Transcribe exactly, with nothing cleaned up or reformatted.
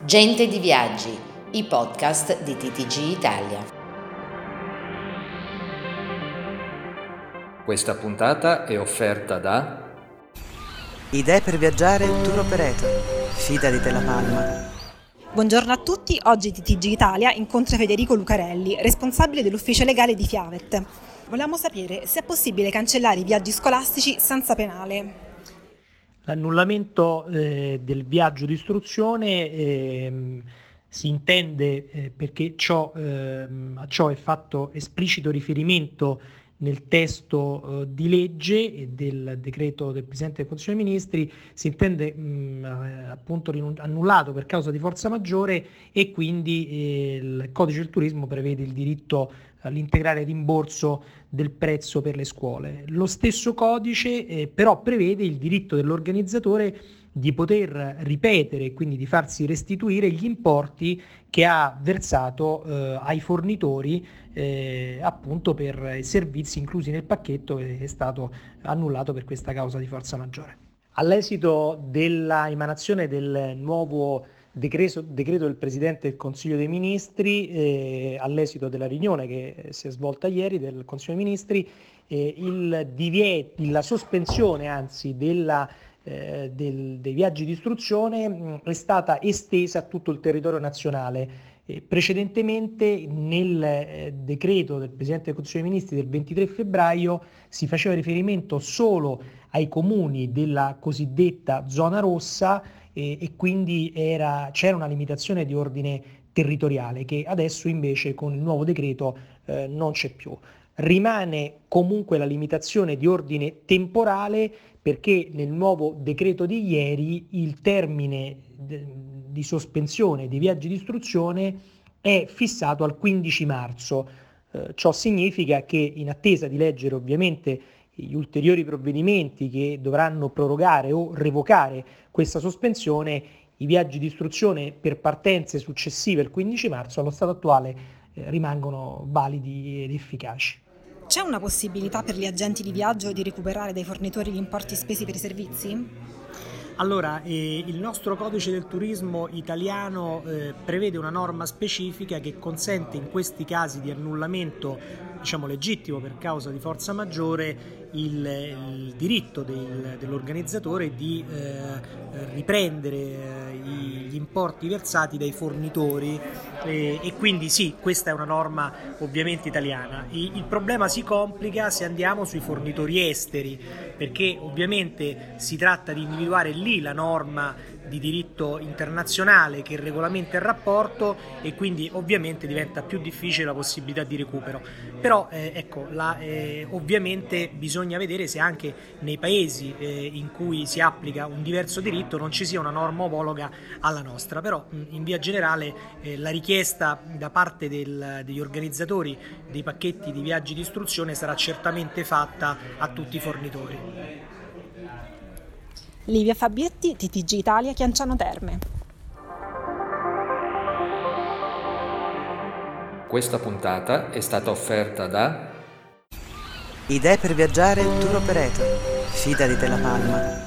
Gente di Viaggi, i podcast di T T G Italia. Questa puntata è offerta da Idee per viaggiare tour operator. Fidati della Palma. Buongiorno a tutti, oggi T T G Italia incontra Federico Lucarelli, responsabile dell'ufficio legale di Fiavet. Volevamo sapere se è possibile cancellare i viaggi scolastici senza penale. L'annullamento eh, del viaggio di istruzione eh, si intende eh, perché ciò, eh, a ciò è fatto esplicito riferimento nel testo eh, di legge e del decreto del Presidente del Consiglio dei Ministri. Si intende mh, appunto rinun- annullato per causa di forza maggiore e quindi eh, il Codice del Turismo prevede il diritto all'integrale rimborso del prezzo per le scuole. Lo stesso codice eh, però prevede il diritto dell'organizzatore di poter ripetere e quindi di farsi restituire gli importi che ha versato eh, ai fornitori eh, appunto per i servizi inclusi nel pacchetto che è stato annullato per questa causa di forza maggiore. All'esito della emanazione del nuovo Decreto, decreto del Presidente del Consiglio dei Ministri, eh, all'esito della riunione che si è svolta ieri del Consiglio dei Ministri, eh, il divieto, la sospensione anzi della, eh, del, dei viaggi di istruzione mh, è stata estesa a tutto il territorio nazionale. Eh, precedentemente nel eh, decreto del Presidente del Consiglio dei Ministri del ventitré febbraio si faceva riferimento solo ai comuni della cosiddetta zona rossa e, e quindi era, c'era una limitazione di ordine territoriale che adesso invece con il nuovo decreto eh, non c'è più. Rimane comunque la limitazione di ordine temporale perché nel nuovo decreto di ieri il termine de, di sospensione dei viaggi di istruzione è fissato al quindici marzo. Eh, ciò significa che in attesa di leggere ovviamente gli ulteriori provvedimenti che dovranno prorogare o revocare questa sospensione, i viaggi di istruzione per partenze successive al quindici marzo allo stato attuale eh, rimangono validi ed efficaci. C'è una possibilità per gli agenti di viaggio di recuperare dai fornitori gli importi spesi per i servizi? Allora, eh, il nostro codice del turismo italiano eh, prevede una norma specifica che consente in questi casi di annullamento, diciamo legittimo per causa di forza maggiore, il, il diritto del, dell'organizzatore di eh, riprendere eh, gli importi versati dai fornitori eh, e quindi sì, questa è una norma ovviamente italiana. Il, il problema si complica se andiamo sui fornitori esteri, perché ovviamente si tratta di individuare lì la norma di diritto internazionale che regolamenta il rapporto e quindi ovviamente diventa più difficile la possibilità di recupero. Però eh, ecco, la, eh, ovviamente bisogna vedere se anche nei paesi eh, in cui si applica un diverso diritto non ci sia una norma omologa alla nostra. Però mh, in via generale eh, la richiesta da parte del, degli organizzatori dei pacchetti di viaggi di istruzione sarà certamente fatta a tutti i fornitori. Livia Fabbietti, T T G Italia, Chianciano Terme. Questa puntata è stata offerta da Idee per viaggiare tour operator. Fidati della Palma.